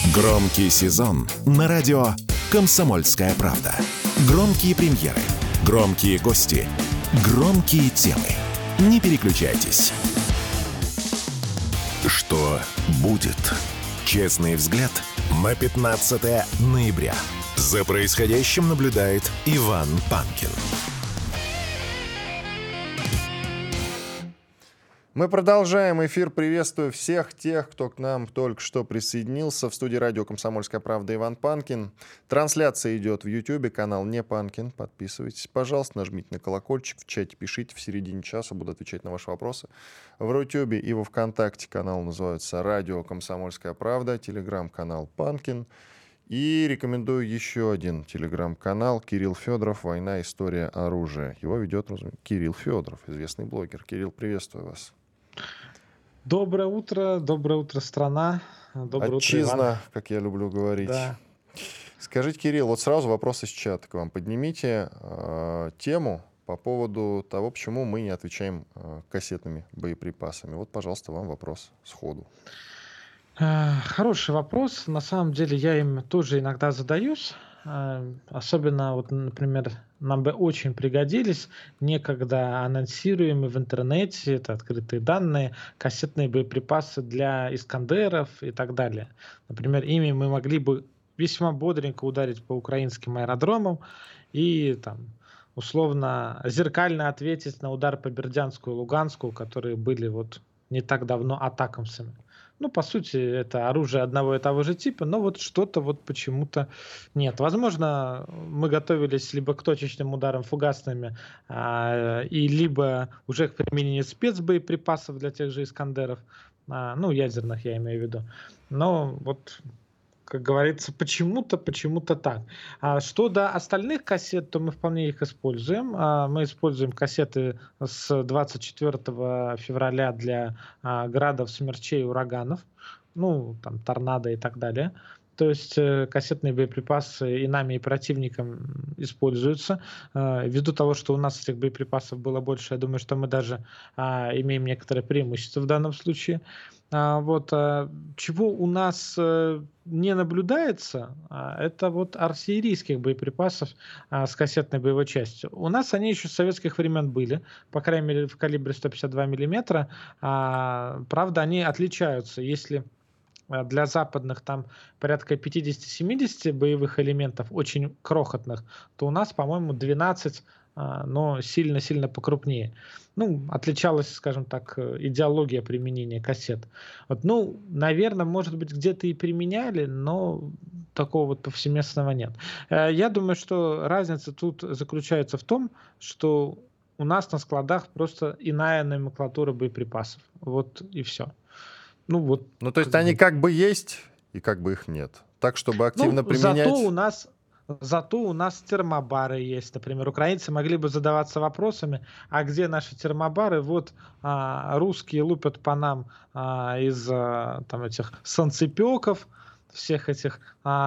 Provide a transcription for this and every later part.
Громкий сезон на радио «Комсомольская правда». Громкие премьеры, громкие гости, громкие темы. Не переключайтесь. Что будет? Честный взгляд на 15 ноября. За происходящим наблюдает Иван Панкин. Мы продолжаем эфир. Приветствую всех тех, кто к нам только что присоединился. В студии радио «Комсомольская правда» Иван Панкин. Трансляция идет в Ютьюбе, канал «Не Панкин». Подписывайтесь, пожалуйста, нажмите на колокольчик, в чате пишите, в середине часа буду отвечать на ваши вопросы. В Рутюбе и во Вконтакте канал называется «Радио «Комсомольская правда», телеграм-канал «Панкин». И рекомендую еще один телеграм-канал «Кирилл Федоров. Война, история, оружие». Его ведет Кирилл Федоров, известный блогер. Кирилл, приветствую вас. Доброе утро, страна. Доброе Отчизна, утро, Иван. как я люблю говорить. Да. Скажите, Кирилл, вот сразу вопрос из чата к вам. Поднимите тему по поводу того, почему мы не отвечаем кассетными боеприпасами. Вот, пожалуйста, вам вопрос сходу. Хороший вопрос. На самом деле я им тоже иногда задаюсь. Особенно, вот, например, нам бы очень пригодились некогда анонсируемые в интернете, это открытые данные, кассетные боеприпасы для «Искандеров» и так далее. Например, ими мы могли бы весьма бодренько ударить по украинским аэродромам и там условно зеркально ответить на удар по Бердянску и Луганску, которые были вот не так давно атакамсами. Ну, по сути, это оружие одного и того же типа, но вот что-то вот почему-то нет. Возможно, мы готовились либо к точечным ударам фугасными, и либо уже к применению спецбоеприпасов для тех же «Искандеров», ну, ядерных я имею в виду. Но вот, как говорится, почему-то так. Что до остальных кассет, то мы вполне их используем. Мы используем кассеты с 24 февраля для градов, смерчей, ураганов, ну, там, торнадо и так далее. То есть кассетные боеприпасы и нами, и противником используются. Ввиду того, что у нас этих боеприпасов было больше, я думаю, что мы даже имеем некоторое преимущество в данном случае. Чего у нас не наблюдается, это вот артиллерийских боеприпасов с кассетной боевой частью. У нас они еще с советских времен были, по крайней мере в калибре 152 мм. Правда, они отличаются. Если для западных там порядка 50-70 боевых элементов, очень крохотных, то у нас, по-моему, 12, но сильно-сильно покрупнее. Ну, отличалась, скажем так, идеология применения кассет. Вот, ну, наверное, может быть, где-то и применяли, но такого вот повсеместного нет. Я думаю, что разница тут заключается в том, что у нас на складах просто иная номенклатура боеприпасов. Вот и все. Ну, то есть они как бы есть и как бы их нет. Так, чтобы активно применять... Зато у нас термобары есть. Например, украинцы могли бы задаваться вопросами, а где наши термобары? Вот русские лупят по нам из там, этих санцепеков, всех этих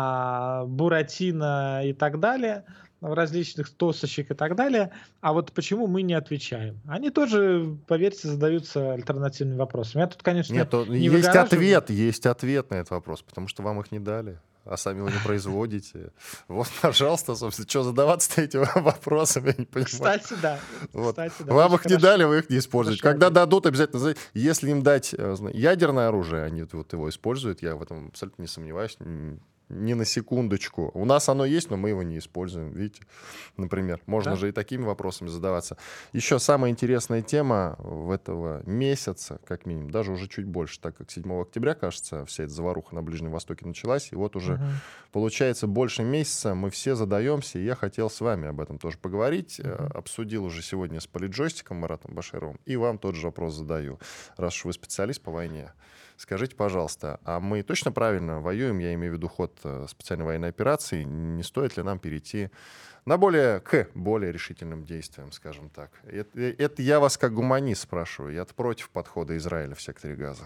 буратино и так далее, различных тосочек и так далее. А вот почему мы не отвечаем? Они тоже, поверьте, задаются альтернативными вопросами. Я тут, конечно, не есть ответ на этот вопрос, потому что вам их не дали. А сами его не производите. Вот, пожалуйста, собственно, что задаваться-то этими вопросами, я не понимаю. Кстати, да. Вот. Вам их не дали, вы их не используете. Когда дадут, обязательно... Если им дать ядерное оружие, они вот его используют, я в этом абсолютно не сомневаюсь, ни на секундочку. У нас оно есть, но мы его не используем. Видите, например. Можно же и такими вопросами задаваться. Еще самая интересная тема в этого месяца, как минимум, даже уже чуть больше, так как 7 октября, кажется, вся эта заваруха на Ближнем Востоке началась. И вот уже, получается, больше месяца мы все задаемся, и я хотел с вами об этом тоже поговорить. Обсудил уже сегодня с политджойстиком Маратом Башировым. И вам тот же вопрос задаю. Раз уж вы специалист по войне, скажите, пожалуйста, а мы точно правильно воюем, я имею в виду ход специальной военной операции, не стоит ли нам перейти к более решительным действиям, скажем так? Это я вас как гуманист спрашиваю, я-то против подхода Израиля в секторе Газа.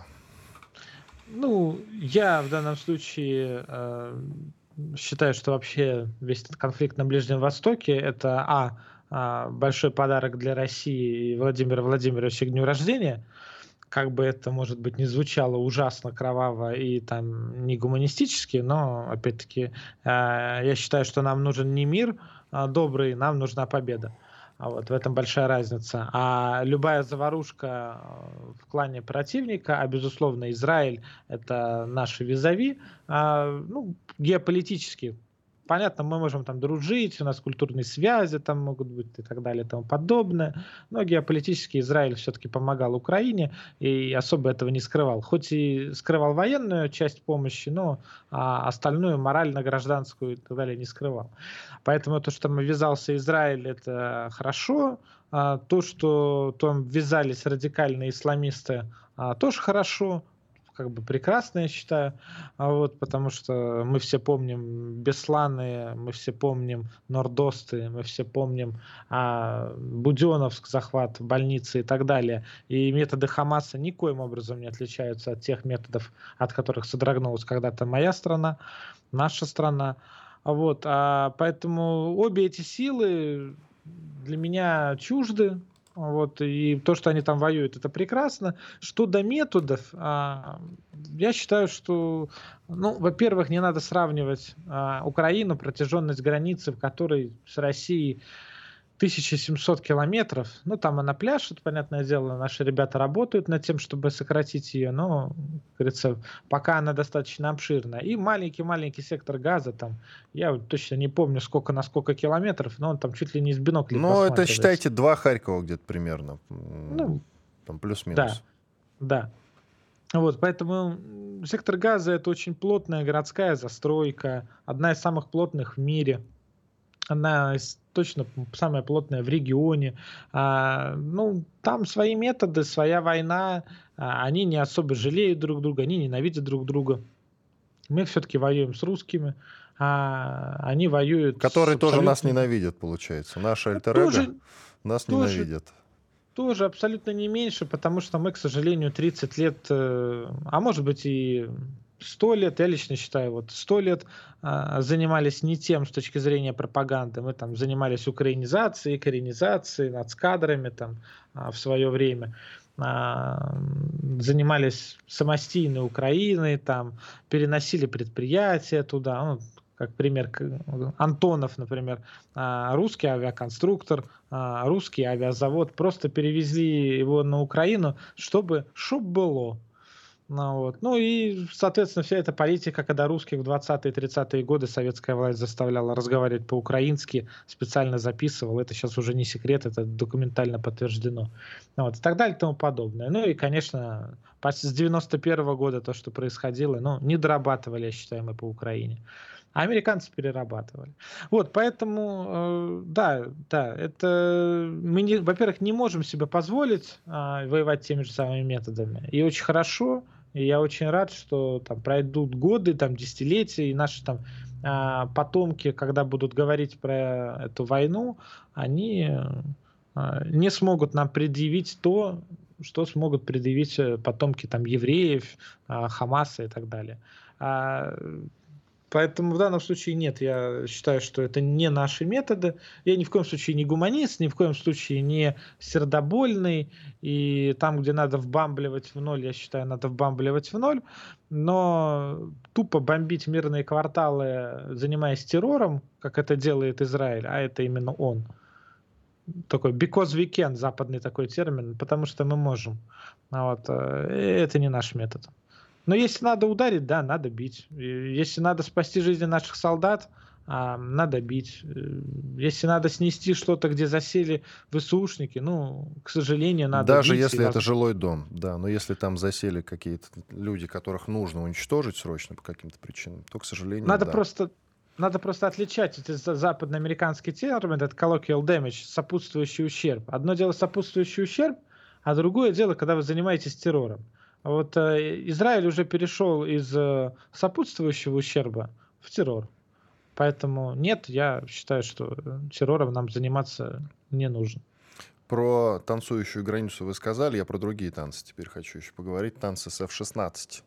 Ну, я в данном случае считаю, что вообще весь этот конфликт на Ближнем Востоке — это большой подарок для России и Владимира Владимировича к дню рождения, как бы это, может быть, не звучало ужасно кроваво и там не гуманистически, но, опять-таки, я считаю, что нам нужен не мир добрый, нам нужна победа. Вот в этом большая разница. А любая заварушка в клане противника, а безусловно Израиль это наши визави, ну, геополитически. Понятно, мы можем там дружить, у нас культурные связи там могут быть и так далее и тому подобное, но геополитически Израиль все-таки помогал Украине и особо этого не скрывал. Хоть и скрывал военную часть помощи, но остальную морально-гражданскую и так далее не скрывал. Поэтому то, что там ввязался Израиль, это хорошо. То, что там ввязались радикальные исламисты, тоже хорошо. Как бы прекрасно, я считаю, вот, потому что мы все помним Бесланы, мы все помним Нордосты, мы все помним Буденновск, захват больницы и так далее. И методы Хамаса никоим образом не отличаются от тех методов, от которых содрогнулась когда-то моя страна, наша страна. Вот, поэтому обе эти силы для меня чужды. Вот, и то, что они там воюют, это прекрасно. Что до методов, я считаю, что, ну, во-первых, не надо сравнивать Украину, протяженность границы, в которой с Россией 1700 километров. Ну, там она пляшет, понятное дело, наши ребята работают над тем, чтобы сократить ее, но, как говорится, пока она достаточно обширная. И маленький-маленький сектор Газа, там, я вот точно не помню, сколько на сколько километров, но он там чуть ли не из бинокля Ну, это, считайте, 2 Харькова где-то примерно. Ну, там плюс-минус. Да. Вот, поэтому сектор Газа — это очень плотная городская застройка, одна из самых плотных в мире. Она точно самая плотная в регионе. Ну, там свои методы, своя война. Они не особо жалеют друг друга, они ненавидят друг друга. Мы все-таки воюем с русскими, они воюют которые с тоже абсолютно... нас ненавидят, получается. Наши альтер-эго нас ненавидят. Тоже абсолютно не меньше, потому что мы, к сожалению, 30 лет, а может быть и 100 лет, я лично считаю, вот 100 лет занимались не тем с точки зрения пропаганды. Мы там занимались украинизацией, коренизацией, нацкадрами там в свое время. Занимались самостийной Украиной, там переносили предприятия туда. Ну, как пример, Антонов, например, русский авиаконструктор, русский авиазавод, просто перевезли его на Украину, чтобы было. Ну и, соответственно, вся эта политика, когда русских в 20-е, 30-е годы советская власть заставляла разговаривать по-украински, специально записывала, это сейчас уже не секрет, это документально подтверждено. И так далее и тому подобное. Ну и, конечно, с 91-го года то, что происходило, не дорабатывали, я считаю, мы по Украине. А американцы перерабатывали. Вот, поэтому, да, это мы, во-первых, не можем себе позволить воевать теми же самыми методами. И очень хорошо, и я очень рад, что там пройдут годы, там десятилетия, и наши там потомки, когда будут говорить про эту войну, они не смогут нам предъявить то, что смогут предъявить потомки там евреев, Хамаса и так далее. Поэтому в данном случае нет, я считаю, что это не наши методы. Я ни в коем случае не гуманист, ни в коем случае не сердобольный. И там, где надо вбамбливать в ноль, я считаю, надо вбамбливать в ноль. Но тупо бомбить мирные кварталы, занимаясь террором, как это делает Израиль, а это именно он. Такой because we can, западный такой термин, потому что мы можем. Это не наш метод. Но если надо ударить, да, надо бить. Если надо спасти жизни наших солдат, надо бить. Если надо снести что-то, где засели ВСУшники, к сожалению, надо даже бить. Даже если это жилой дом, да, но если там засели какие-то люди, которых нужно уничтожить срочно по каким-то причинам, то, к сожалению, надо да. Надо просто отличать эти западноамериканский термин, этот colloquial damage, сопутствующий ущерб. Одно дело сопутствующий ущерб, а другое дело, когда вы занимаетесь террором. Вот Израиль уже перешел из сопутствующего ущерба в террор. Поэтому нет, я считаю, что террором нам заниматься не нужно. Про танцующую границу вы сказали, я про другие танцы теперь хочу еще поговорить. Танцы с F-16.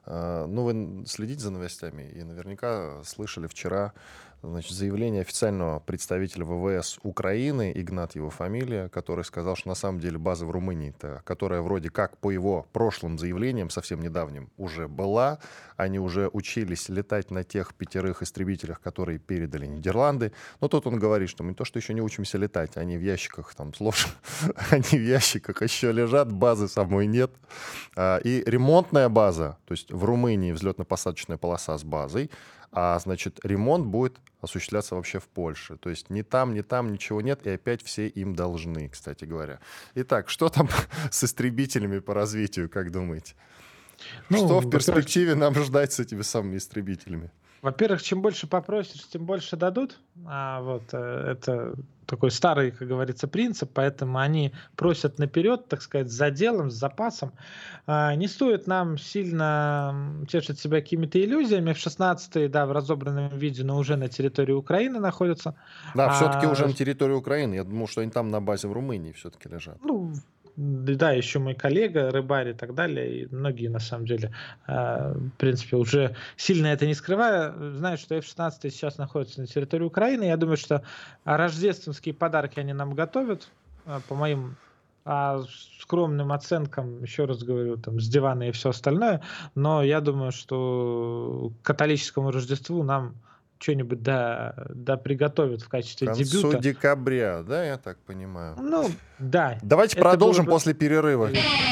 Ну, вы следите за новостями и наверняка слышали вчера, значит, заявление официального представителя ВВС Украины, Игнат его фамилия, который сказал, что на самом деле база в Румынии, которая вроде как по его прошлым заявлениям, совсем недавним, уже была, они уже учились летать на тех 5 истребителях, которые передали Нидерланды. Но тут он говорит, что мы не то, что еще не учимся летать, они в ящиках там сложены, они в ящиках еще лежат, базы самой нет. И ремонтная база, то есть в Румынии взлетно-посадочная полоса с базой, а, значит, ремонт будет осуществляться вообще в Польше. То есть ни там ничего нет, и опять все им должны, кстати говоря. Итак, что там с истребителями по развитию, как думаете? Что в перспективе нам ждать с этими самыми истребителями? Во-первых, чем больше попросишь, тем больше дадут. Это такой старый, как говорится, принцип, поэтому они просят наперед, так сказать, с заделом, с запасом. Не стоит нам сильно тешить себя какими-то иллюзиями. F-16, да, в разобранном виде, но уже на территории Украины находятся. Да, все-таки уже на территории Украины. Я думал, что они там на базе в Румынии все-таки лежат. Да, еще мой коллега, рыбарь и так далее, и многие, на самом деле, в принципе, уже сильно это не скрывая, знают, что F-16 сейчас находится на территории Украины. Я думаю, что рождественские подарки они нам готовят, по моим скромным оценкам, еще раз говорю, там, с дивана и все остальное, но я думаю, что к католическому Рождеству нам что-нибудь приготовят в качестве дебюта. К концу декабря, да, я так понимаю? Ну, да. Давайте продолжим после перерыва.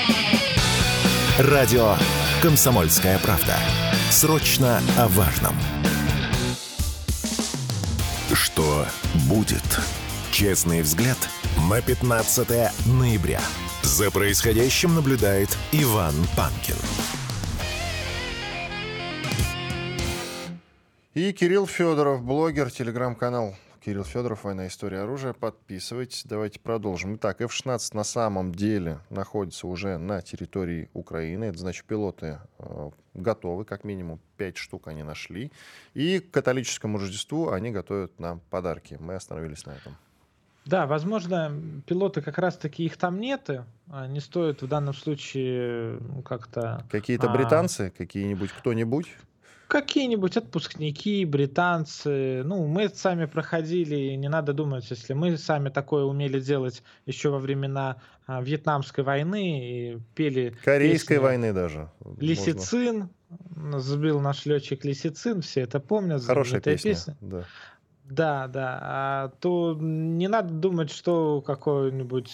Радио «Комсомольская правда». Срочно о важном. Что будет? Честный взгляд на 15 ноября. За происходящим наблюдает Иван Панкин. И Кирилл Федоров, блогер, телеграм-канал Кирилл Федоров, «Война, история, оружие». Подписывайтесь. Давайте продолжим. Итак, F-16 на самом деле находится уже на территории Украины. Это значит, пилоты готовы, как минимум 5 штук они нашли. И к католическому Рождеству они готовят нам подарки. Мы остановились на этом. Да, возможно, пилоты как раз-таки их там нет. Не стоит в данном случае как-то... Какие-то британцы, какие-нибудь, кто-нибудь? Какие-нибудь отпускники, британцы. Ну, мы сами проходили, не надо думать, если мы сами такое умели делать еще во времена Вьетнамской войны и пели... Корейской войны даже. Лисицин. Сбил наш летчик Лисицин, все это помнят. Хорошая песня. Да. То не надо думать, что какой-нибудь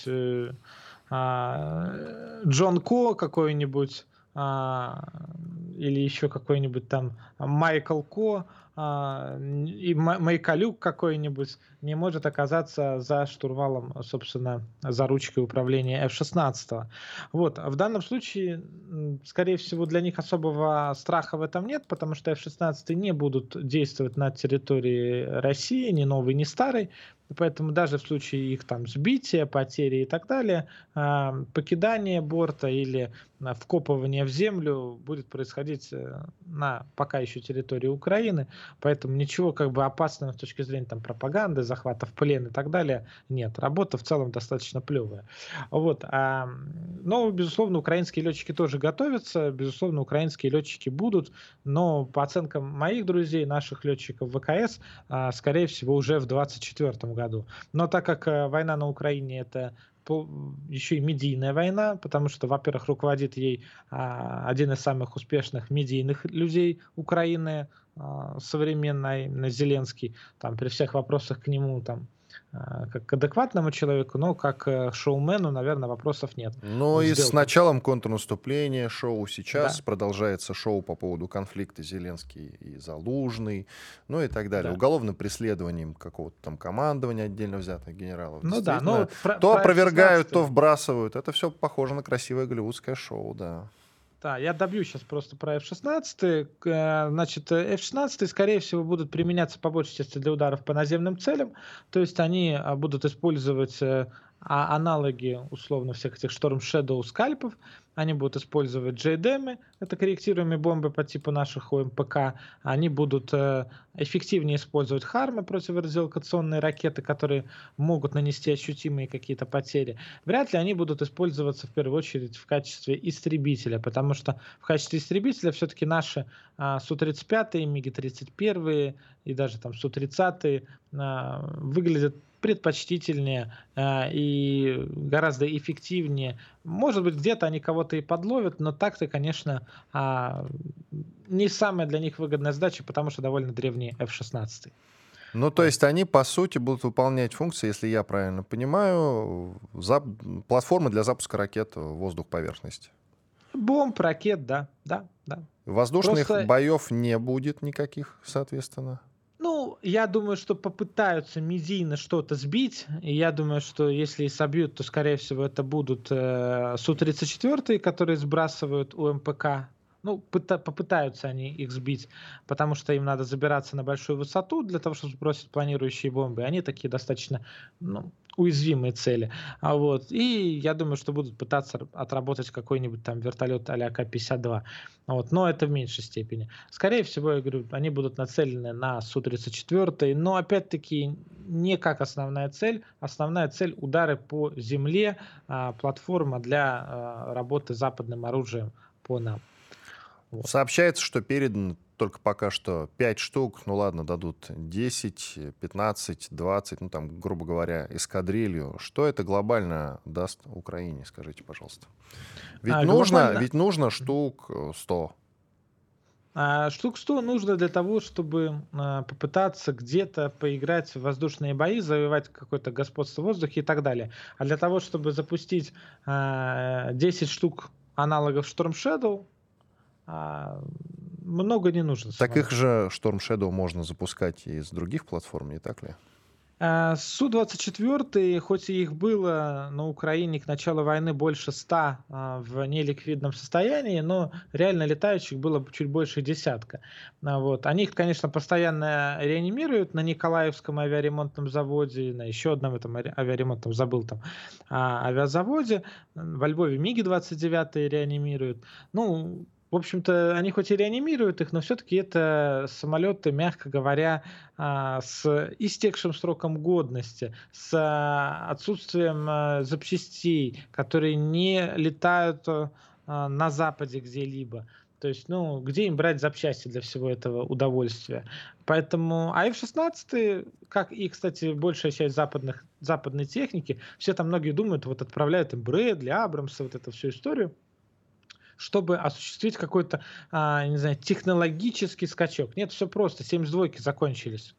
Джон Ко какой-нибудь или еще какой-нибудь там Майкл Ко и Майкалюк какой-нибудь не может оказаться за штурвалом, собственно, за ручкой управления F-16. Вот. В данном случае, скорее всего, для них особого страха в этом нет, потому что F-16 не будут действовать на территории России, ни новый, ни старый. Поэтому даже в случае их там сбития, потери и так далее, покидание борта или вкопывание в землю будет происходить на пока еще территории Украины. Поэтому ничего как бы опасного с точки зрения там пропаганды, захвата в плен и так далее нет. Работа в целом достаточно плевая. Вот. Но, безусловно, украинские летчики тоже готовятся. Безусловно, украинские летчики будут. Но по оценкам моих друзей, наших летчиков ВКС, скорее всего, уже в 2024 году. Но так как война на Украине это еще и медийная война, потому что, во-первых, руководит ей один из самых успешных медийных людей Украины, современный Зеленский, там, при всех вопросах к нему, там, как к адекватному человеку, но как шоумену, наверное, вопросов нет. Ну и с началом контрнаступления шоу сейчас продолжается шоу по поводу конфликта Зеленский и Залужный, ну и так далее. Уголовным преследованием какого-то там командования отдельно взятых генералов. Ну да, но то опровергают, то вбрасывают. Это все похоже на красивое голливудское шоу, да. Да, я добью сейчас просто про F-16. Значит, F-16, скорее всего, будут применяться по большей части для ударов по наземным целям. То есть они будут использовать аналоги, условно, всех этих Storm Shadow скальпов. Они будут использовать JDM, это корректируемые бомбы по типу наших ОМПК. Они будут эффективнее использовать хармы, противорадиолокационные ракеты, которые могут нанести ощутимые какие-то потери. Вряд ли они будут использоваться в первую очередь в качестве истребителя, потому что в качестве истребителя все-таки наши Су-35, МиГи-31 и даже там Су-30 выглядят предпочтительнее и гораздо эффективнее. Может быть, где-то они кого-то и подловят, но так-то, конечно, не самая для них выгодная задача, потому что довольно древний F-16. Ну, то есть они, по сути, будут выполнять функции, если я правильно понимаю, платформы для запуска ракет в воздух-поверхность. Бомб, ракет, да. Воздушных боев не будет никаких, соответственно. Ну, я думаю, что попытаются медийно что-то сбить. И я думаю, что если и собьют, то, скорее всего, это будут Су-34, которые сбрасывают УМПК. Ну, попытаются они их сбить, потому что им надо забираться на большую высоту для того, чтобы сбросить планирующие бомбы. Они такие достаточно уязвимые цели. И я думаю, что будут пытаться отработать какой-нибудь там вертолет а-ля К-52. Но это в меньшей степени. Скорее всего, я говорю, они будут нацелены на Су-34, но опять-таки не как основная цель. Основная цель — удары по земле, платформа для работы с западным оружием по нам. Сообщается, что передано только пока что 5 штук, ну ладно, дадут 10, 15, 20, ну там, грубо говоря, эскадрилью. Что это глобально даст Украине, скажите, пожалуйста? Ведь нужно штук 100. Штук 100 нужно для того, чтобы попытаться где-то поиграть в воздушные бои, завоевать какое-то господство в воздухе и так далее. А для того, чтобы запустить 10 штук аналогов Storm Shadow, много не нужно. Так их же Storm Shadow можно запускать и с других платформ, не так ли? Су-24, хоть и их было на Украине к началу войны больше 100 в неликвидном состоянии, но реально летающих было чуть больше десятка. Они их, конечно, постоянно реанимируют на Николаевском авиаремонтном заводе, на еще одном этом авиаремонтном, авиазаводе. Во Львове МиГи-29 реанимируют. В общем-то, они хоть и реанимируют их, но все-таки это самолеты, мягко говоря, с истекшим сроком годности, с отсутствием запчастей, которые не летают на Западе где-либо. То есть, где им брать запчасти для всего этого удовольствия? Поэтому F-16, как и, кстати, большая часть западной техники, все там многие думают, отправляют им Брэдли, Абрамсы, эту всю историю, чтобы осуществить какой-то, технологический скачок. Нет, все просто. 72-ки закончились.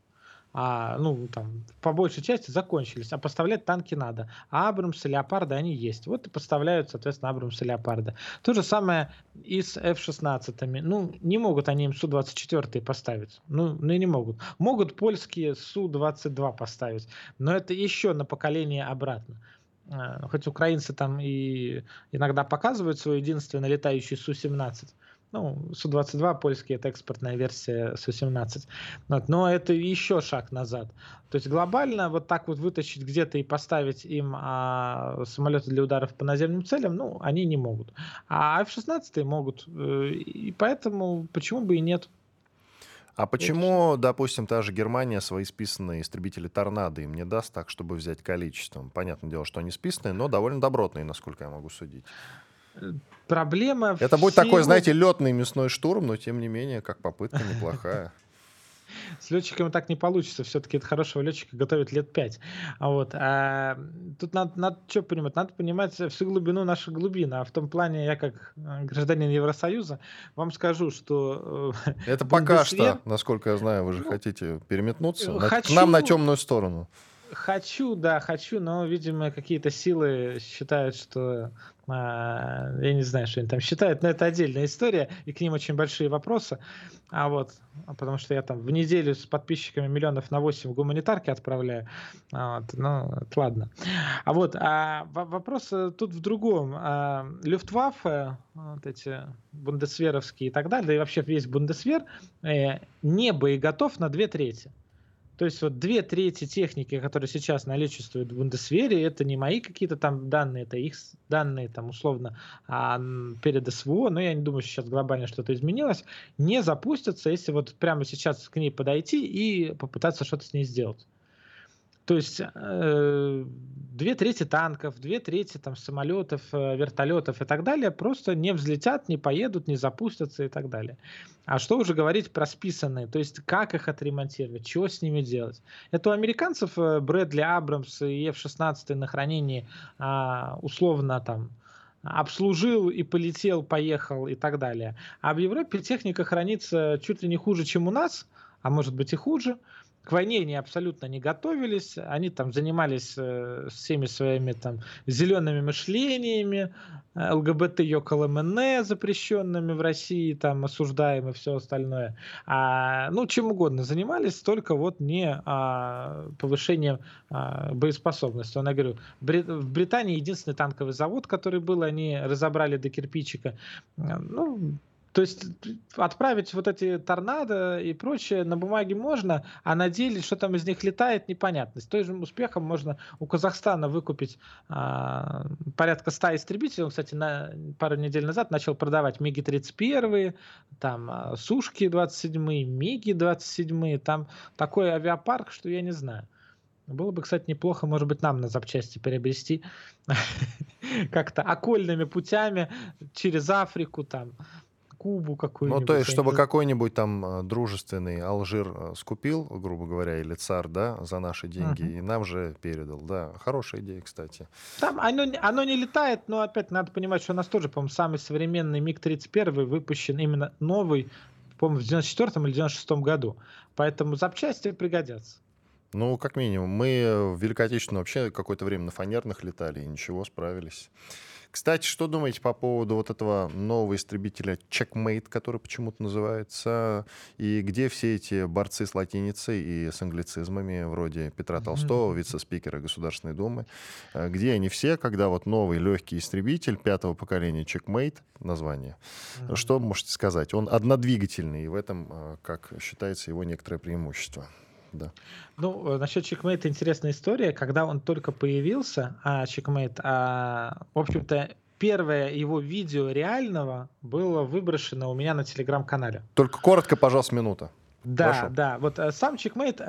По большей части закончились. А поставлять танки надо. А Абрамсы, Леопарды, они есть. И поставляют, соответственно, Абрамсы, Леопарды. То же самое и с F-16. Не могут они им Су-24 поставить. И не могут. Могут польские Су-22 поставить. Но это еще на поколение обратно. Хоть украинцы там и иногда показывают свой единственный летающий Су-17. Су-22 польский — это экспортная версия Су-17. Но это еще шаг назад. То есть глобально так вытащить где-то и поставить им самолеты для ударов по наземным целям, они не могут. А F-16 могут. И поэтому почему бы и нет? А почему, допустим, та же Германия свои списанные истребители «Торнадо» им не даст так, чтобы взять количеством? Понятное дело, что они списанные, но довольно добротные, насколько я могу судить. Проблема это будет такой, знаете, летный мясной штурм, но тем не менее, как попытка неплохая. С летчиками так не получится. Все-таки это хорошего летчика готовят лет 5. Тут надо что понимать? Надо понимать всю глубину наших глубин. А в том плане, я как гражданин Евросоюза вам скажу, что... Это пока что, насколько я знаю, вы же хотите переметнуться к нам на темную сторону. Хочу, но, видимо, какие-то силы считают, что... я не знаю, что они там считают, но это отдельная история, и к ним очень большие вопросы. Потому что я там в неделю с подписчиками 8 миллионов гуманитарки отправляю. Это ладно. Вопрос тут в другом. Люфтваффе, эти бундесверовские и так далее, да и вообще весь бундесвер, не боеготов на 2/3. То есть вот 2/3 техники, которые сейчас наличествуют в Бундесвере, это не мои какие-то там данные, это их данные там условно перед СВО, но я не думаю, что сейчас глобально что-то изменилось, не запустятся, если вот прямо сейчас к ней подойти и попытаться что-то с ней сделать. То есть 2/3 танков, 2/3 там самолетов, вертолетов и так далее просто не взлетят, не поедут, не запустятся и так далее. А что уже говорить про списанные, то есть как их отремонтировать, что с ними делать. Это у американцев Брэдли Абрамс и F-16 на хранении условно там обслужил и полетел, поехал и так далее. А в Европе техника хранится чуть ли не хуже, чем у нас, а может быть и хуже. К войне они абсолютно не готовились, они там занимались всеми своими там зелеными мышлениями, ЛГБТ, ЙОКЛМН запрещенными в России, там осуждаем и все остальное. Чем угодно занимались, только вот не повышением боеспособности. Я говорю, в Британии единственный танковый завод, который был, они разобрали до кирпичика. То есть отправить вот эти торнадо и прочее на бумаге можно, а на деле, что там из них летает, непонятно. С той же успехом можно у Казахстана выкупить порядка 100 истребителей. Он, кстати, пару недель назад начал продавать МиГи-31, там Сушки-27, МиГи-27. Там такой авиапарк, что я не знаю. Было бы, кстати, неплохо, может быть, нам на запчасти приобрести как-то окольными путями через Африку, там, Кубу какую-нибудь. То есть, чтобы какой-нибудь там дружественный Алжир скупил, грубо говоря, или ЦАР, да, за наши деньги, и нам же передал. Да, хорошая идея, кстати. Там оно не летает, но опять надо понимать, что у нас тоже, по-моему, самый современный МиГ-31 выпущен именно новый, по-моему, в 94 или 96 году. Поэтому запчасти пригодятся. Как минимум. Мы в Великой Отечественной вообще какое-то время на фанерных летали, и ничего, справились. Кстати, что думаете по поводу вот этого нового истребителя Checkmate, который почему-то называется, и где все эти борцы с латиницей и с англицизмами, вроде Петра Толстого, вице-спикера Государственной Думы, где они все, когда вот новый легкий истребитель 5-го поколения Checkmate, название, что можете сказать? Он однодвигательный, и в этом, как считается, его некоторое преимущество. Да. Насчет Checkmate интересная история. Когда он только появился, Checkmate, в общем-то, первое его видео реального было выброшено у меня на телеграм-канале. Только коротко, пожалуйста, минута. Да, Прошу. да. Вот сам Checkmate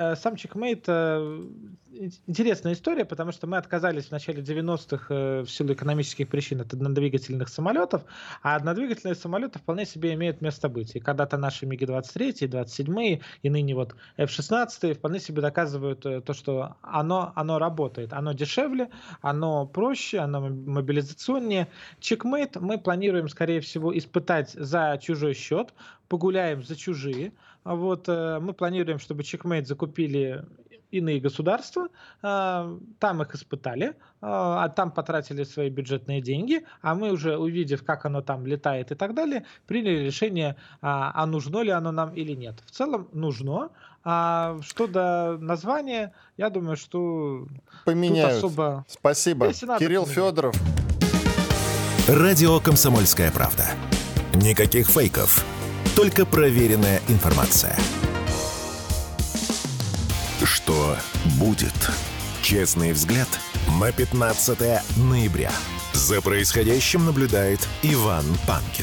интересная история, потому что мы отказались в начале 90-х в силу экономических причин от однодвигательных самолетов, а однодвигательные самолеты вполне себе имеют место быть. И когда-то наши МиГи-23, 27 и ныне вот F-16 вполне себе доказывают то, что оно работает. Оно дешевле, оно проще, оно мобилизационнее. Checkmate мы планируем, скорее всего, испытать за чужой счет, погуляем за чужие. Мы планируем, чтобы Checkmate закупили иные государства, там их испытали, а там потратили свои бюджетные деньги, а мы уже, увидев, как оно там летает и так далее, приняли решение, нужно ли оно нам или нет. В целом нужно. Что до названия, я думаю, что поменяют. Тут особо... Спасибо. Кирилл Федоров. Радио «Комсомольская правда». Никаких фейков, только проверенная информация. Что будет? Честный взгляд на 15 ноября. За происходящим наблюдает Иван Панкин.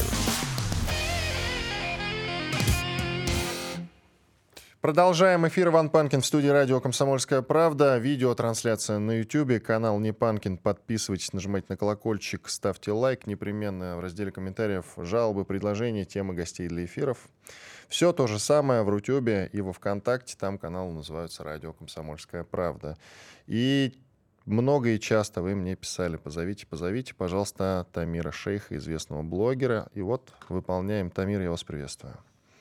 Продолжаем эфир. Иван Панкин в студии радио «Комсомольская правда». Видеотрансляция на YouTube. Канал «Не Панкин». Подписывайтесь, нажимайте на колокольчик, ставьте лайк непременно. В разделе комментариев жалобы, предложения, темы гостей для эфиров. Все то же самое в Рутюбе и во ВКонтакте. Там канал называется «Радио Комсомольская правда». И много и часто вы мне писали: позовите, пожалуйста, Тамира Шейха, известного блогера. И вот выполняем. Тамир, я вас приветствую.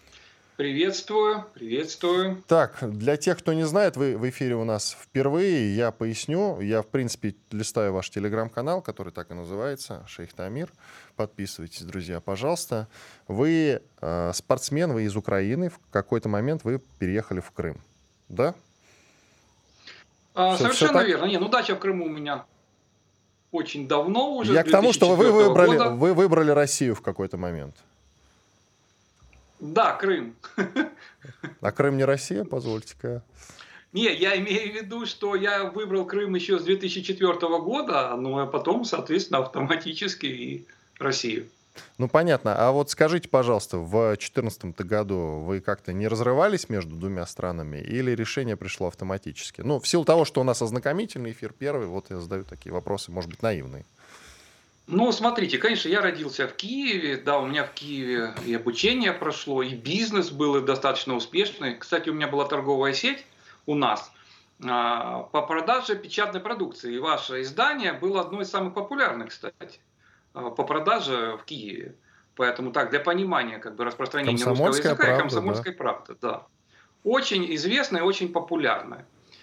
Приветствую. Так, для тех, кто не знает, вы в эфире у нас впервые, я поясню. Я, в принципе, листаю ваш телеграм-канал, который так и называется, Шейх Тамир. Подписывайтесь, друзья, пожалуйста. Вы спортсмен, вы из Украины. В какой-то момент вы переехали в Крым, да? Совершенно верно. Дача в Крыму у меня очень давно уже. Я к тому, что вы выбрали Россию в какой-то момент. Да, Крым. А Крым не Россия, позвольте-ка. Не, я имею в виду, что я выбрал Крым еще с 2004 года, ну а потом, соответственно, автоматически и Россию. Ну, понятно. А вот скажите, пожалуйста, в 2014 году вы как-то не разрывались между двумя странами или решение пришло автоматически? Ну, в силу того, что у нас ознакомительный эфир первый, вот я задаю такие вопросы, может быть, наивные. Ну, смотрите, конечно, я родился в Киеве, да, у меня в Киеве и обучение прошло, и бизнес был достаточно успешный. Кстати, у меня была торговая сеть у нас по продаже печатной продукции. И ваше издание было одно из самых популярных, кстати, по продаже в Киеве. Поэтому так, для понимания как бы распространения русского «Комсомольская языка и правда», да. «Комсомольской правды», да. Очень известная и очень популярная.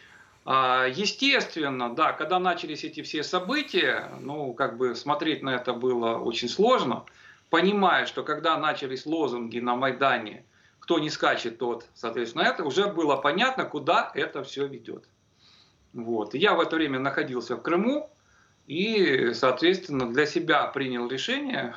Естественно, да, когда начались эти все события, ну, как бы смотреть на это было очень сложно, понимая, что когда начались лозунги на Майдане, кто не скачет, тот, соответственно, это уже было понятно, куда это все ведет. Вот. И я в это время находился в Крыму и, соответственно, для себя принял решение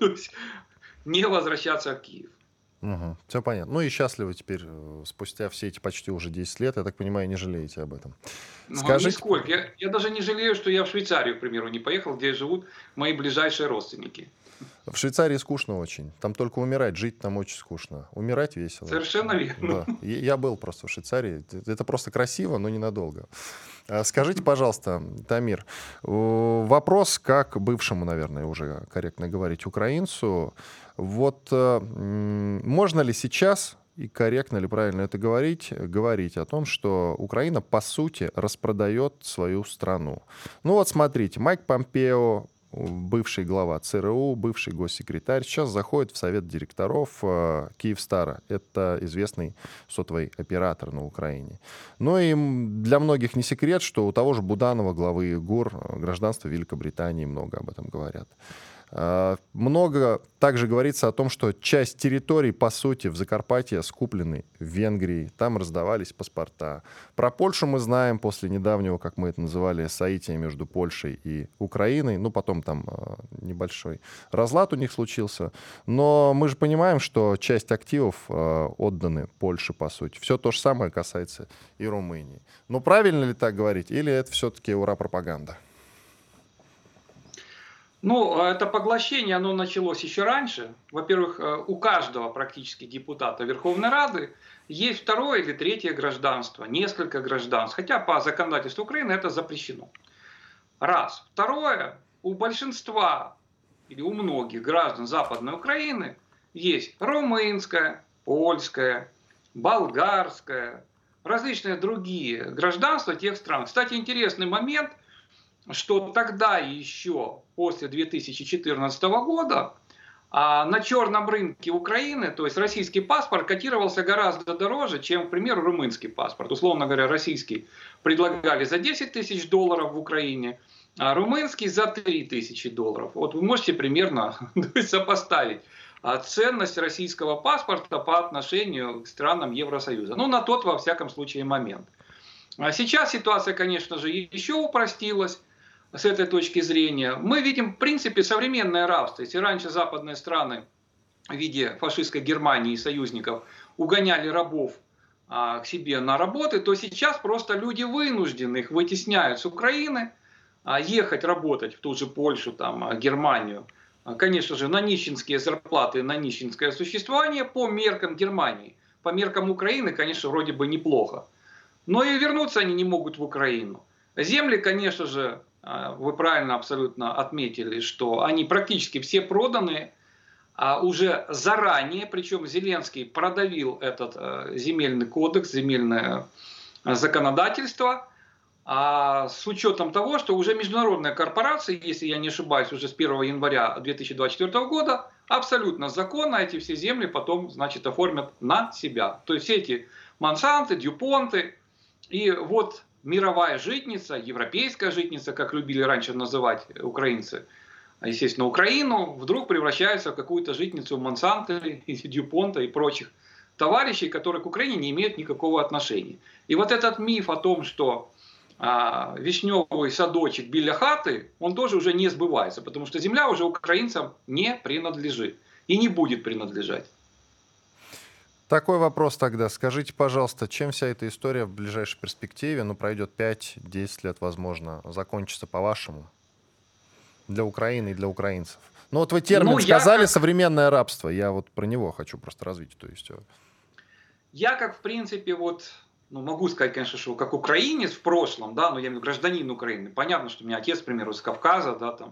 не возвращаться в Киев. Угу, все понятно. Ну и счастливы теперь, спустя все эти почти уже 10 лет, я так понимаю, не жалеете об этом. Ну, Скажите, нисколько. Я даже не жалею, что я в Швейцарию, к примеру, не поехал, где живут мои ближайшие родственники. в Швейцарии скучно очень. Там только умирать, жить там очень скучно. Умирать весело. Совершенно верно. Да. Я был просто в Швейцарии. Это просто красиво, но ненадолго. Скажите, пожалуйста, Тамир, вопрос как бывшему, наверное, уже корректно говорить, украинцу. Вот можно ли сейчас, и корректно ли правильно это говорить о том, что Украина, по сути, распродает свою страну? Ну вот смотрите, Майк Помпео, бывший глава ЦРУ, бывший госсекретарь, сейчас заходит в совет директоров Киевстара. Это известный сотовый оператор на Украине. Ну и для многих не секрет, что у того же Буданова, главы ГУР, гражданство Великобритании, много об этом говорят. Много также говорится о том, что часть территорий, по сути, в Закарпатье скуплены в Венгрии. Там раздавались паспорта. Про Польшу мы знаем после недавнего, как мы это называли, соития между Польшей и Украиной. Ну, потом там небольшой разлад у них случился. Но мы же понимаем, что часть активов отданы Польше, по сути. Все то же самое касается и Румынии. Но правильно ли так говорить? Или это все-таки ура-пропаганда? Ну, это поглощение, оно началось еще раньше. Во-первых, у каждого практически депутата Верховной Рады есть второе или третье гражданство, несколько гражданств. Хотя по законодательству Украины это запрещено. Раз. Второе, у большинства или у многих граждан Западной Украины есть румынское, польское, болгарское, различные другие гражданства тех стран. Кстати, интересный момент, что тогда еще, после 2014 года, на черном рынке Украины, то есть российский паспорт, котировался гораздо дороже, чем, к примеру, румынский паспорт. Условно говоря, российский предлагали за 10 тысяч долларов в Украине, а румынский за 3 тысячи долларов. Вот вы можете примерно сопоставить ценность российского паспорта по отношению к странам Евросоюза. Ну, на тот, во всяком случае, момент. А сейчас ситуация, конечно же, еще упростилась. С этой точки зрения мы видим, в принципе, современное рабство. Если раньше западные страны в виде фашистской Германии и союзников угоняли рабов к себе на работы, то сейчас просто люди вынуждены, их вытесняют с Украины, ехать работать в ту же Польшу, там, Германию, конечно же, на нищенские зарплаты, на нищенское существование по меркам Германии. По меркам Украины, конечно, вроде бы неплохо. Но и вернуться они не могут в Украину. Земли, конечно же, вы правильно абсолютно отметили, что они практически все проданы уже заранее, причем Зеленский продавил этот земельный кодекс, земельное законодательство, с учетом того, что уже международные корпорации, если я не ошибаюсь, уже с 1 января 2024 года, абсолютно законно эти все земли потом, значит, оформят на себя. То есть все эти Монсанты, Дюпонты, и вот мировая житница, европейская житница, как любили раньше называть украинцы, естественно, Украину, вдруг превращается в какую-то житницу Монсанты, Дюпонта и прочих товарищей, которые к Украине не имеют никакого отношения. И вот этот миф о том, что вишневый садочек біля хаты, он тоже уже не сбывается, потому что земля уже украинцам не принадлежит и не будет принадлежать. Такой вопрос тогда. Скажите, пожалуйста, чем вся эта история в ближайшей перспективе, пройдет 5-10 лет, возможно, закончится, по-вашему, для Украины и для украинцев? Вот вы термин сказали «современное рабство». Я вот про него хочу просто развить эту историю. Я в принципе, могу сказать, конечно, что как украинец в прошлом, да, но я имею в виду гражданин Украины. Понятно, что у меня отец, к примеру, из Кавказа, да, там.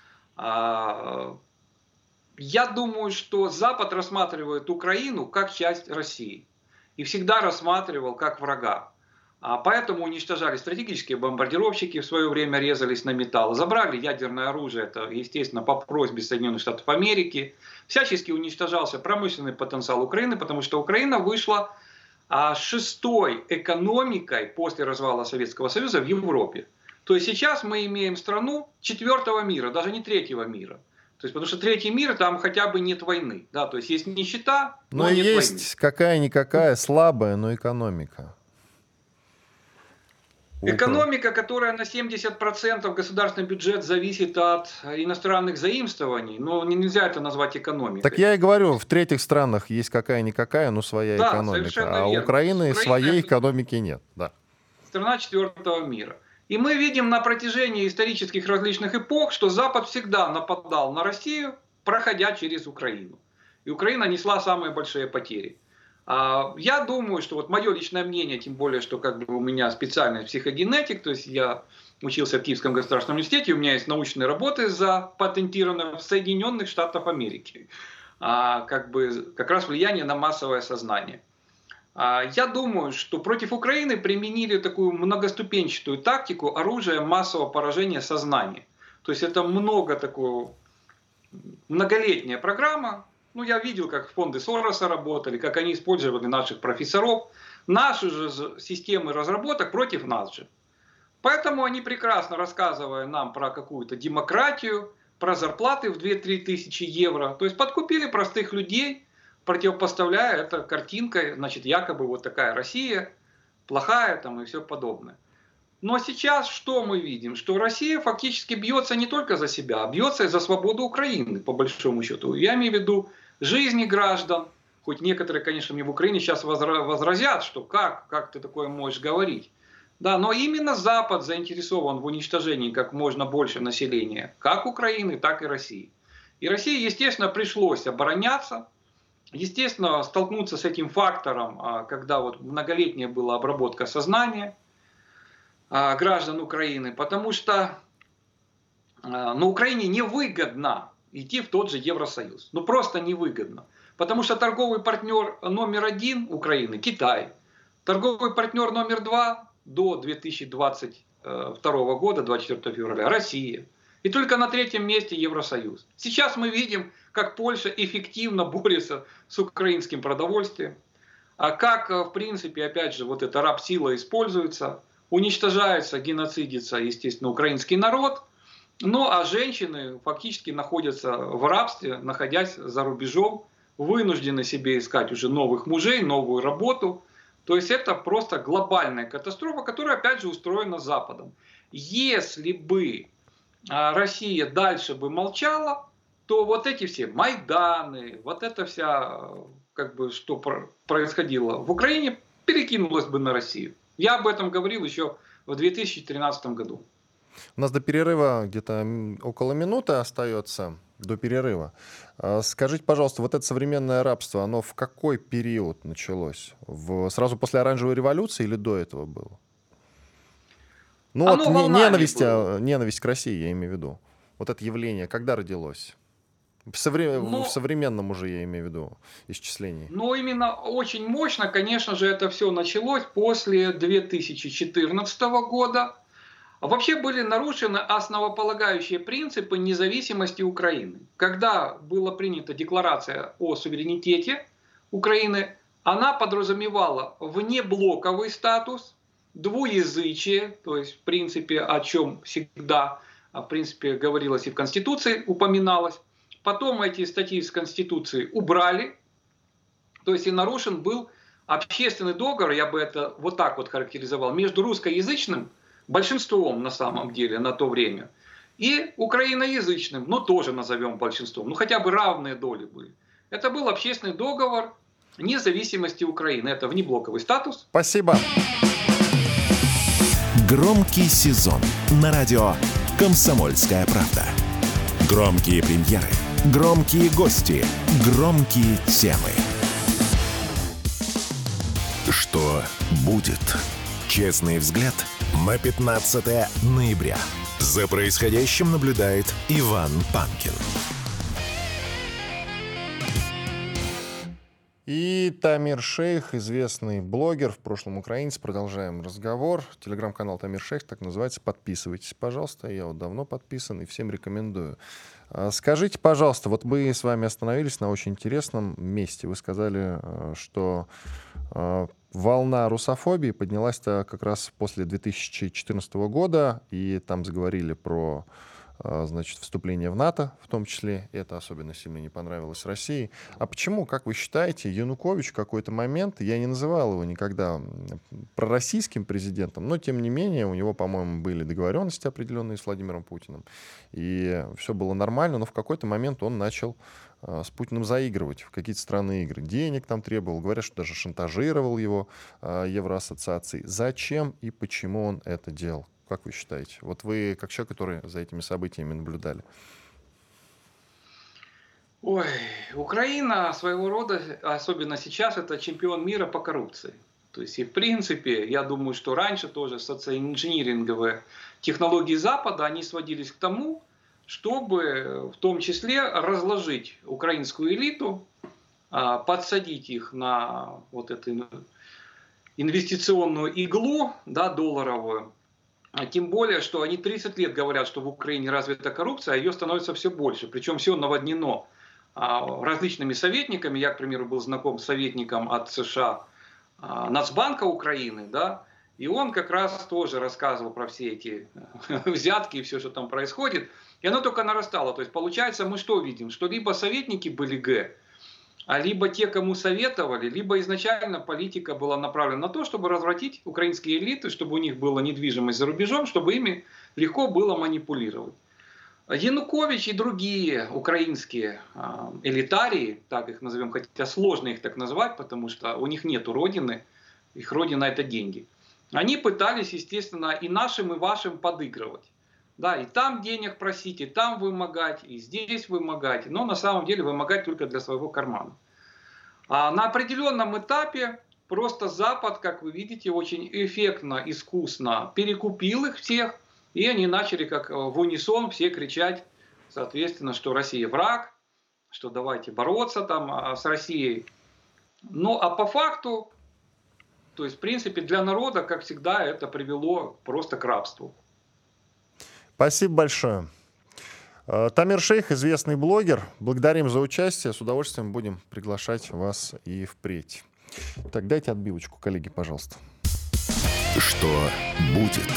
Я думаю, что Запад рассматривает Украину как часть России. И всегда рассматривал как врага. Поэтому уничтожали стратегические бомбардировщики, в свое время резались на металл. Забрали ядерное оружие, это, естественно, по просьбе Соединенных Штатов Америки. Всячески уничтожался промышленный потенциал Украины, потому что Украина вышла шестой экономикой после развала Советского Союза в Европе. То есть сейчас мы имеем страну четвертого мира, даже не третьего мира. То есть, потому что третий мир, там хотя бы нет войны. Да? То есть есть нищета, но нет есть войны. Какая-никакая слабая, но экономика. Экономика, которая на 70% государственный бюджет зависит от иностранных заимствований, но нельзя это назвать экономикой. Так я и говорю, в третьих странах есть какая-никакая, но своя экономика. А у Украины своей экономики нет. Да. Страна четвертого мира. И мы видим на протяжении исторических различных эпох, что Запад всегда нападал на Россию, проходя через Украину. И Украина несла самые большие потери. Я думаю, что мое личное мнение, тем более, что у меня специальность психогенетик, то есть я учился в Киевском государственном университете, у меня есть научные работы запатентированы в Соединенных Штатах Америки. Как раз влияние на массовое сознание. Я думаю, что против Украины применили такую многоступенчатую тактику оружия массового поражения сознания. То есть это многолетняя программа. Я видел, как фонды Сороса работали, как они использовали наших профессоров. Наши же системы разработок против нас же. Поэтому они прекрасно, рассказывая нам про какую-то демократию, про зарплаты в 2-3 тысячи евро, то есть подкупили простых людей, противопоставляя это картинкой, значит, якобы такая Россия, плохая там и все подобное. Но сейчас что мы видим? Что Россия фактически бьется не только за себя, а бьется и за свободу Украины, по большому счету. Я имею в виду жизни граждан. Хоть некоторые, конечно, мне в Украине сейчас возразят, что как ты такое можешь говорить. Да, но именно Запад заинтересован в уничтожении как можно больше населения, как Украины, так и России. И России, естественно, пришлось обороняться. Естественно, столкнуться с этим фактором, когда многолетняя была обработка сознания граждан Украины, потому что на Украине невыгодно идти в тот же Евросоюз. Просто невыгодно. Потому что торговый партнер номер 1 Украины – Китай. Торговый партнер номер 2 до 2022 года, 24 февраля – Россия. И только на третьем месте Евросоюз. Сейчас мы видим, как Польша эффективно борется с украинским продовольствием. Как, в принципе, опять же, эта рабсила используется. Уничтожается, геноцидится, естественно, украинский народ. А женщины фактически находятся в рабстве, находясь за рубежом. Вынуждены себе искать уже новых мужей, новую работу. То есть это просто глобальная катастрофа, которая, опять же, устроена Западом. Если бы Россия дальше бы молчала, то эти все Майданы, эта вся, что происходило в Украине, перекинулось бы на Россию. Я об этом говорил еще в 2013 году. У нас до перерыва где-то около минуты остается, до перерыва. Скажите, пожалуйста, это современное рабство, оно в какой период началось? Сразу после Оранжевой революции или до этого было? Ненависть к России, я имею в виду. Это явление, когда родилось? В современном уже, я имею в виду, исчислении. Именно очень мощно, конечно же, это все началось после 2014 года. Вообще были нарушены основополагающие принципы независимости Украины. Когда была принята декларация о суверенитете Украины, она подразумевала внеблоковый статус, двуязычие, то есть в принципе о чем всегда в принципе говорилось и в Конституции, упоминалось. Потом эти статьи из Конституции убрали, то есть и нарушен был общественный договор, я бы это так характеризовал, между русскоязычным большинством на самом деле на то время и украиноязычным, тоже назовем большинством, хотя бы равные доли были. Это был общественный договор независимости Украины. Это внеблоковый статус. Спасибо. Громкий сезон на радио «Комсомольская правда». Громкие премьеры, громкие гости, громкие темы. Что будет? Честный взгляд на 15 ноября. За происходящим наблюдает Иван Панкин. И Тамир Шейх, известный блогер, в прошлом украинец. Продолжаем разговор. Телеграм-канал Тамир Шейх, так называется. Подписывайтесь, пожалуйста. Я вот давно подписан и всем рекомендую. Скажите, пожалуйста, вот мы с вами остановились на очень интересном месте. Вы сказали, что волна русофобии поднялась-то как раз после 2014 года, и там заговорили про, значит, вступление в НАТО, в том числе. Это особенно сильно не понравилось России. А почему, как вы считаете, Янукович в какой-то момент, я не называл его никогда пророссийским президентом, но тем не менее у него, по-моему, были договоренности определенные с Владимиром Путиным, и все было нормально, но в какой-то момент он начал с Путиным заигрывать в какие-то странные игры. Денег там требовал, говорят, что даже шантажировал его Евроассоциацией. Зачем и почему он это делал? Как вы считаете? Вот вы, как человек, который за этими событиями наблюдали. Ой, Украина своего рода, особенно сейчас, это чемпион мира по коррупции. То есть, и в принципе, я думаю, что раньше тоже социоинжиниринговые технологии Запада, они сводились к тому, чтобы в том числе разложить украинскую элиту, подсадить их на вот эту инвестиционную иглу, да, долларовую. Тем более, что они 30 лет говорят, что в Украине развита коррупция, а ее становится все больше. Причем все наводнено различными советниками. Я, к примеру, был знаком с советником от США Нацбанка Украины, да, и он как раз тоже рассказывал про все эти взятки и все, что там происходит. И оно только нарастало. То есть, получается, мы что видим? Что либо советники были Г, а либо те, кому советовали, либо изначально политика была направлена на то, чтобы развратить украинские элиты, чтобы у них была недвижимость за рубежом, чтобы ими легко было манипулировать. Янукович и другие украинские элитарии, так их назовем, хотя сложно их так назвать, потому что у них нет родины, их родина это деньги. Они пытались, естественно, и нашим, и вашим подыгрывать. Да, и там денег просить, и там вымогать, и здесь вымогать. Но на самом деле вымогать только для своего кармана. А на определенном этапе просто Запад, как вы видите, очень эффектно, искусно перекупил их всех. И они начали как в унисон все кричать, соответственно, что Россия враг, что давайте бороться там с Россией. Ну а по факту, то есть в принципе для народа, как всегда, это привело просто к рабству. Спасибо большое. Тамир Шейх, известный блогер. Благодарим за участие. С удовольствием будем приглашать вас и впредь. Так, дайте отбивочку, коллеги, пожалуйста. Что будет?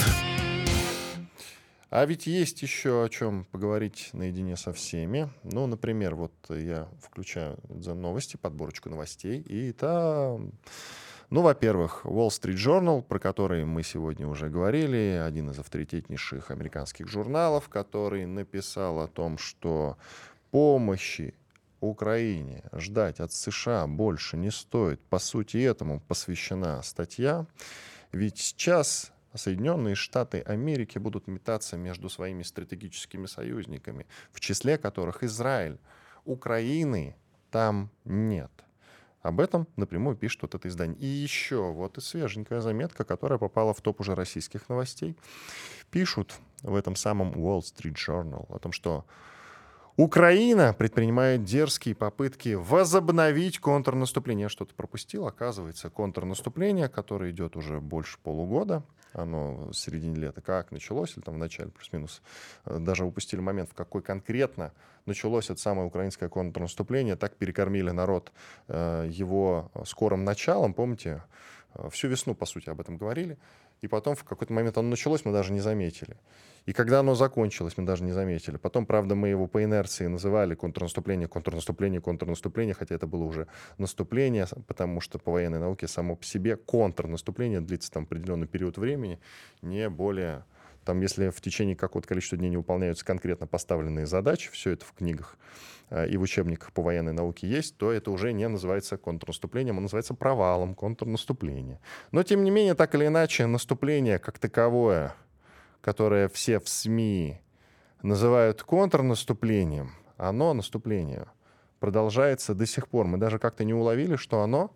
А ведь есть еще о чем поговорить наедине со всеми. Ну, например, вот я включаю за новости, подборочку новостей, и там... Ну, во-первых, Wall Street Journal, про который мы сегодня уже говорили, один из авторитетнейших американских журналов, который написал о том, что помощи Украине ждать от США больше не стоит. По сути, этому посвящена статья. Ведь сейчас Соединенные Штаты Америки будут метаться между своими стратегическими союзниками, в числе которых Израиль. Украины там нет. Об этом напрямую пишет вот это издание. И еще вот и свеженькая заметка, которая попала в топ уже российских новостей. Пишут в этом самом Wall Street Journal о том, что Украина предпринимает дерзкие попытки возобновить контрнаступление. Я что-то пропустил. Оказывается, контрнаступление, которое идет уже больше полугода, оно в середине лета как началось, или там в начале, плюс-минус, даже упустили момент, в какой конкретно началось это самое украинское контрнаступление, так перекормили народ его скорым началом, помните, всю весну, по сути, об этом говорили, и потом в какой-то момент оно началось, мы даже не заметили. И когда оно закончилось, мы даже не заметили. Потом, правда, мы его по инерции называли контрнаступление, хотя это было уже наступление, потому что по военной науке само по себе контрнаступление длится там определенный период времени, не более Там, если в течение какого-то количества дней не выполняются конкретно поставленные задачи, все это в книгах и в учебниках по военной науке есть, то это уже не называется контрнаступлением, а называется провалом контрнаступления. Но, тем не менее, так или иначе, наступление как таковое, которое все в СМИ называют контрнаступлением, оно, наступление, продолжается до сих пор. Мы даже как-то не уловили, что оно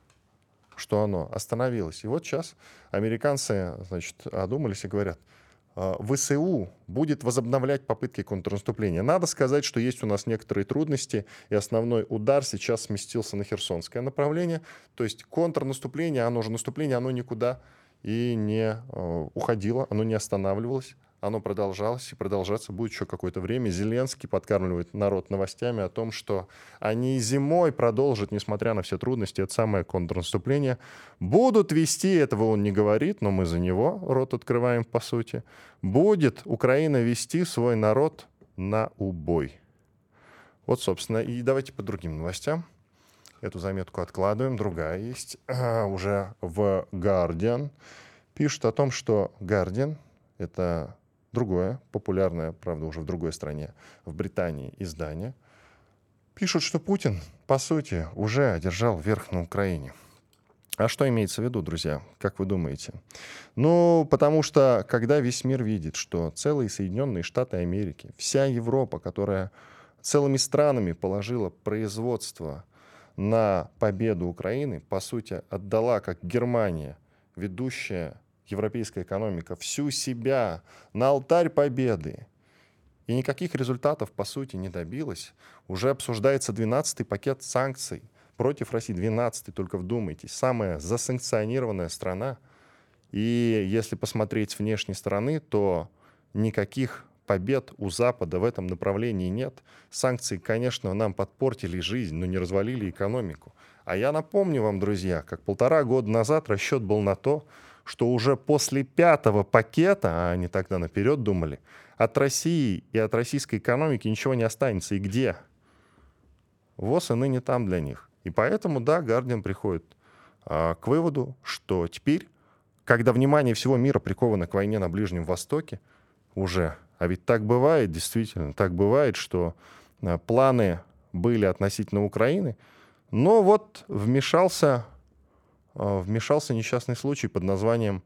остановилось. И вот сейчас американцы, значит, одумались и говорят, ВСУ будет возобновлять попытки контрнаступления. Надо сказать, что есть у нас некоторые трудности, и основной удар сейчас сместился на Херсонское направление. То есть контрнаступление, оно же наступление, оно никуда и не уходило, оно не останавливалось. Оно продолжалось и продолжаться будет еще какое-то время. Зеленский подкармливает народ новостями о том, что они зимой продолжат, несмотря на все трудности, это самое контрнаступление. Будут вести, этого он не говорит, но мы за него рот открываем по сути. Будет Украина вести свой народ на убой. Вот, собственно, и давайте по другим новостям. Эту заметку откладываем, другая есть. Уже в Guardian пишут о том, что Guardian — это другое, популярное, правда, уже в другой стране, в Британии, издание, пишут, что Путин, по сути, уже одержал верх на Украине. А что имеется в виду, друзья? Как вы думаете? Ну, потому что, когда весь мир видит, что целые Соединенные Штаты Америки, вся Европа, которая целыми странами положила производство на победу Украины, по сути, отдала, как Германия, ведущая европейская экономика, всю себя на алтарь победы, и никаких результатов, по сути, не добилась, уже обсуждается 12-й пакет санкций против России. 12-й, только вдумайтесь, самая засанкционированная страна. И если посмотреть с внешней стороны, то никаких побед у Запада в этом направлении нет. Санкции, конечно, нам подпортили жизнь, но не развалили экономику. А я напомню вам, друзья, как 1,5 года назад расчет был на то, что уже после 5-го пакета, а они тогда наперед думали, от России и от российской экономики ничего не останется. И где? ВОЗ и ныне там для них. И поэтому, да, Guardian приходит к выводу, что теперь, когда внимание всего мира приковано к войне на Ближнем Востоке, уже, а ведь так бывает, действительно, так бывает, что планы были относительно Украины, но вот вмешался несчастный случай под названием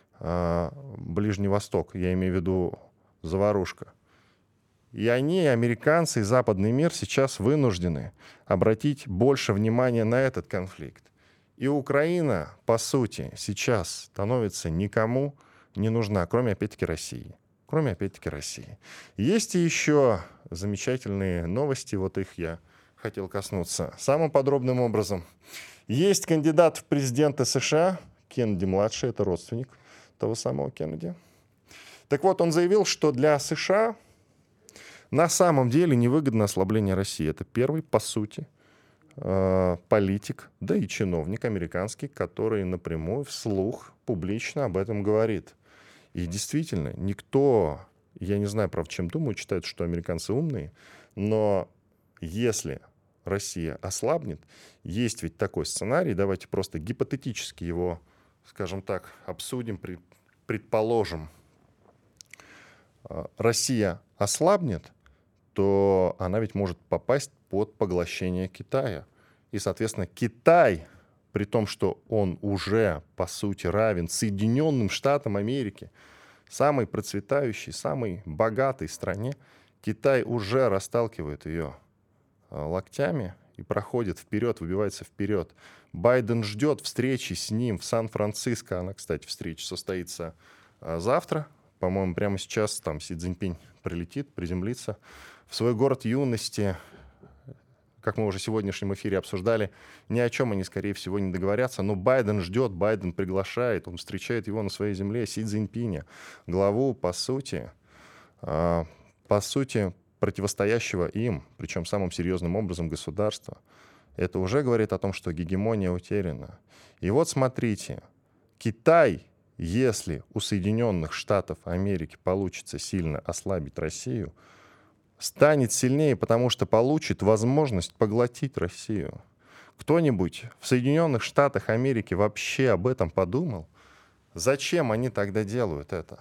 Ближний Восток. Я имею в виду заварушка. И они, американцы и западный мир, сейчас вынуждены обратить больше внимания на этот конфликт. И Украина, по сути, сейчас становится никому не нужна, кроме, опять-таки, России. Кроме, опять-таки, России. Есть и еще замечательные новости, вот их я хотел коснуться самым подробным образом. Есть кандидат в президенты США, Кеннеди-младший, это родственник того самого Кеннеди. Так вот, он заявил, что для США на самом деле невыгодно ослабление России. Это первый, по сути, политик, да и чиновник американский, который напрямую, вслух, публично об этом говорит. И действительно, никто, я не знаю, правда, чем думают, считают, что американцы умные, но если Россия ослабнет, есть ведь такой сценарий, давайте просто гипотетически его, скажем так, обсудим, предположим. Россия ослабнет, то она ведь может попасть под поглощение Китая. И, соответственно, Китай, при том, что он уже, по сути, равен Соединенным Штатам Америки, самой процветающей, самой богатой стране, Китай уже расталкивает ее локтями и проходит вперед, выбивается вперед. Байден ждет встречи с ним в Сан-Франциско. Она, кстати, встреча состоится завтра. По-моему, прямо сейчас там Си Цзиньпинь прилетит, приземлится в свой город юности. Как мы уже в сегодняшнем эфире обсуждали, ни о чем они, скорее всего, не договорятся. Но Байден ждет, Байден приглашает, он встречает его на своей земле, Си Цзиньпиня, главу, по сути, противостоящего им, причем самым серьезным образом, государства. Это уже говорит о том, что гегемония утеряна. И вот смотрите, Китай, если у Соединенных Штатов Америки получится сильно ослабить Россию, станет сильнее, потому что получит возможность поглотить Россию. Кто-нибудь в Соединенных Штатах Америки вообще об этом подумал? Зачем они тогда делают это?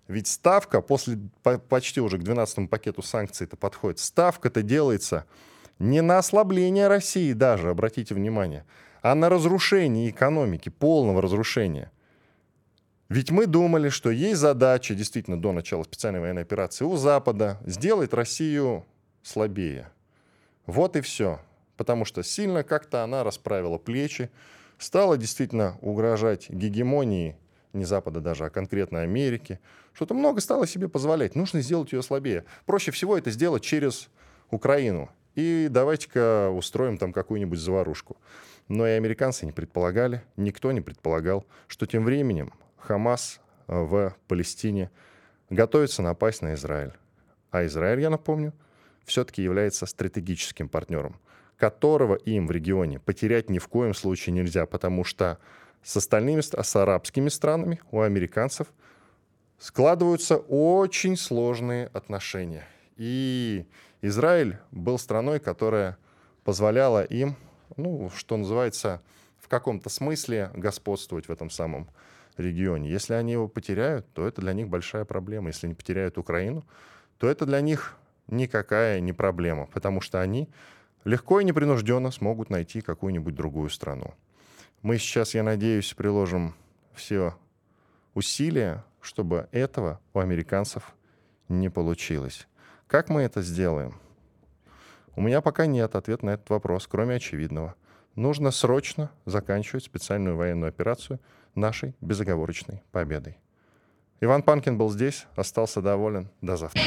Ведь ставка после почти уже к 12-му пакету санкций-то подходит. Ставка-то делается не на ослабление России даже, обратите внимание, а на разрушение экономики, полного разрушения. Ведь мы думали, что есть задача, действительно, до начала специальной военной операции у Запада сделать Россию слабее. Вот и все. Потому что сильно как-то она расправила плечи, стала действительно угрожать гегемонии не Запада даже, а конкретно Америки. Что-то много стало себе позволять. Нужно сделать ее слабее. Проще всего это сделать через Украину. И давайте-ка устроим там какую-нибудь заварушку. Но и американцы не предполагали, никто не предполагал, что тем временем Хамас в Палестине готовится напасть на Израиль. А Израиль, я напомню, все-таки является стратегическим партнером, которого им в регионе потерять ни в коем случае нельзя, потому что с арабскими странами у американцев складываются очень сложные отношения. И Израиль был страной, которая позволяла им, что называется, в каком-то смысле господствовать в этом самом регионе. Если они его потеряют, то это для них большая проблема. Если они потеряют Украину, то это для них никакая не проблема, потому что они легко и непринужденно смогут найти какую-нибудь другую страну. Мы сейчас, я надеюсь, приложим все усилия, чтобы этого у американцев не получилось. Как мы это сделаем? У меня пока нет ответа на этот вопрос, кроме очевидного. Нужно срочно заканчивать специальную военную операцию нашей безоговорочной победой. Иван Панкин был здесь, остался доволен. До завтра.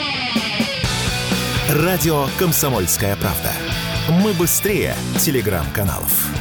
Радио «Комсомольская правда». Мы быстрее телеграм-каналов.